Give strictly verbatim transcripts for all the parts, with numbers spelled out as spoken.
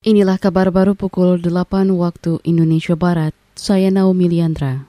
Inilah kabar baru pukul delapan waktu Indonesia Barat. Saya Naomi Liandra.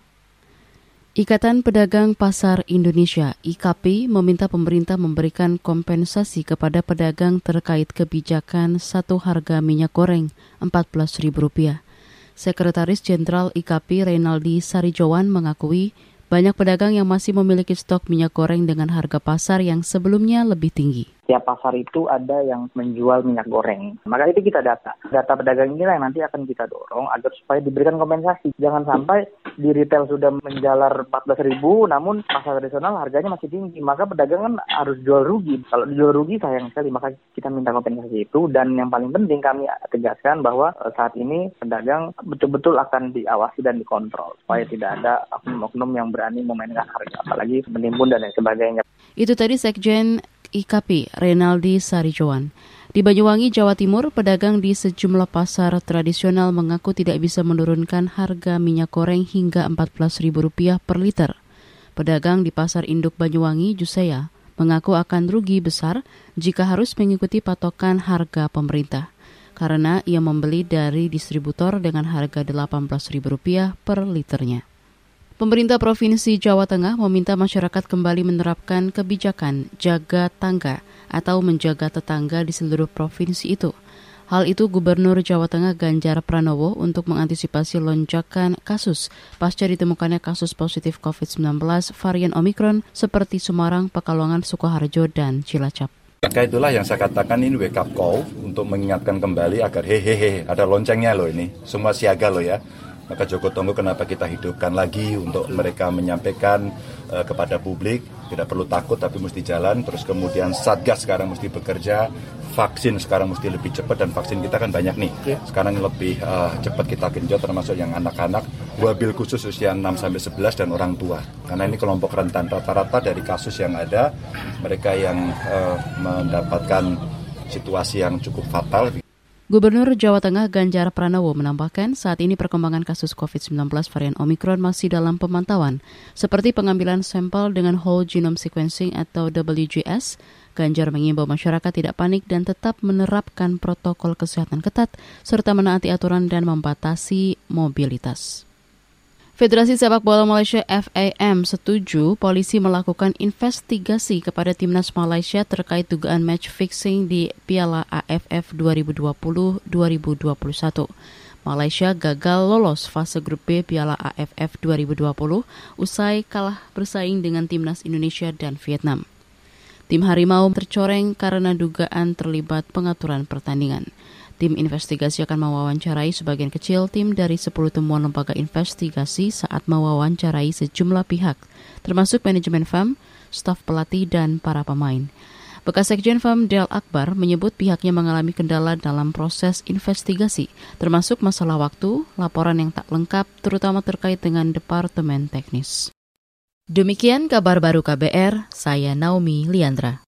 Ikatan Pedagang Pasar Indonesia I K P meminta pemerintah memberikan kompensasi kepada pedagang terkait kebijakan satu harga minyak goreng empat belas ribu rupiah. Sekretaris Jenderal I K P Reynaldi Sarijowan mengakui banyak pedagang yang masih memiliki stok minyak goreng dengan harga pasar yang sebelumnya lebih tinggi. Tiap pasar itu ada yang menjual minyak goreng. Maka itu kita data. Data pedagang inilah yang nanti akan kita dorong agar supaya diberikan kompensasi. Jangan sampai di retail sudah menjalar empat belas ribu, namun pasar tradisional harganya masih tinggi. Maka pedagang kan harus jual rugi. Kalau dijual rugi sayang sekali, maka kita minta kompensasi itu. Dan yang paling penting kami tegaskan bahwa saat ini pedagang betul-betul akan diawasi dan dikontrol. Supaya tidak ada oknum-oknum yang berani memainkan harga. Apalagi menimbun dan lain sebagainya. Itu tadi Sekjen I K P Reynaldi Sarijowan. Di Banyuwangi, Jawa Timur, pedagang di sejumlah pasar tradisional mengaku tidak bisa menurunkan harga minyak goreng hingga empat belas ribu rupiah per liter. Pedagang di Pasar Induk Banyuwangi, Jusaya, mengaku akan rugi besar jika harus mengikuti patokan harga pemerintah, karena ia membeli dari distributor dengan harga delapan belas ribu rupiah per liternya. Pemerintah Provinsi Jawa Tengah meminta masyarakat kembali menerapkan kebijakan jaga tangga atau menjaga tetangga di seluruh provinsi itu. Hal itu Gubernur Jawa Tengah Ganjar Pranowo untuk mengantisipasi lonjakan kasus pasca ditemukannya kasus positif covid sembilan belas varian Omikron seperti Semarang, Pekalongan, Sukoharjo, dan Cilacap. Maka itulah yang saya katakan ini wake up call untuk mengingatkan kembali agar hehehe ada loncengnya loh ini, semua siaga loh ya. Maka Joko Tonggo kenapa kita hidupkan lagi untuk mereka menyampaikan uh, kepada publik, tidak perlu takut tapi mesti jalan, terus kemudian Satgas sekarang mesti bekerja, vaksin sekarang mesti lebih cepat dan vaksin kita kan banyak nih, sekarang lebih uh, cepat kita genjot termasuk yang anak-anak, wabil khusus usia enam sampai sebelas dan orang tua, karena ini kelompok rentan rata-rata dari kasus yang ada, mereka yang uh, mendapatkan situasi yang cukup fatal. Gubernur Jawa Tengah Ganjar Pranowo menambahkan saat ini perkembangan kasus covid sembilan belas varian Omikron masih dalam pemantauan, seperti pengambilan sampel dengan whole genome sequencing atau W G S. Ganjar mengimbau masyarakat tidak panik dan tetap menerapkan protokol kesehatan ketat, serta menaati aturan dan membatasi mobilitas. Federasi Sepak Bola Malaysia F A M setuju polisi melakukan investigasi kepada timnas Malaysia terkait dugaan match fixing di Piala A F F dua ribu dua puluh dua ribu dua puluh satu. Malaysia gagal lolos fase grup B Piala A F F dua ribu dua puluh usai kalah bersaing dengan timnas Indonesia dan Vietnam. Tim Harimau tercoreng karena dugaan terlibat pengaturan pertandingan. Tim investigasi akan mewawancarai sebagian kecil tim dari sepuluh temuan lembaga investigasi saat mewawancarai sejumlah pihak, termasuk manajemen F A M, staf pelatih, dan para pemain. Bekas Sekjen F A M Del Akbar menyebut pihaknya mengalami kendala dalam proses investigasi, termasuk masalah waktu, laporan yang tak lengkap, terutama terkait dengan Departemen Teknis. Demikian kabar baru K B R, saya Naomi Liandra.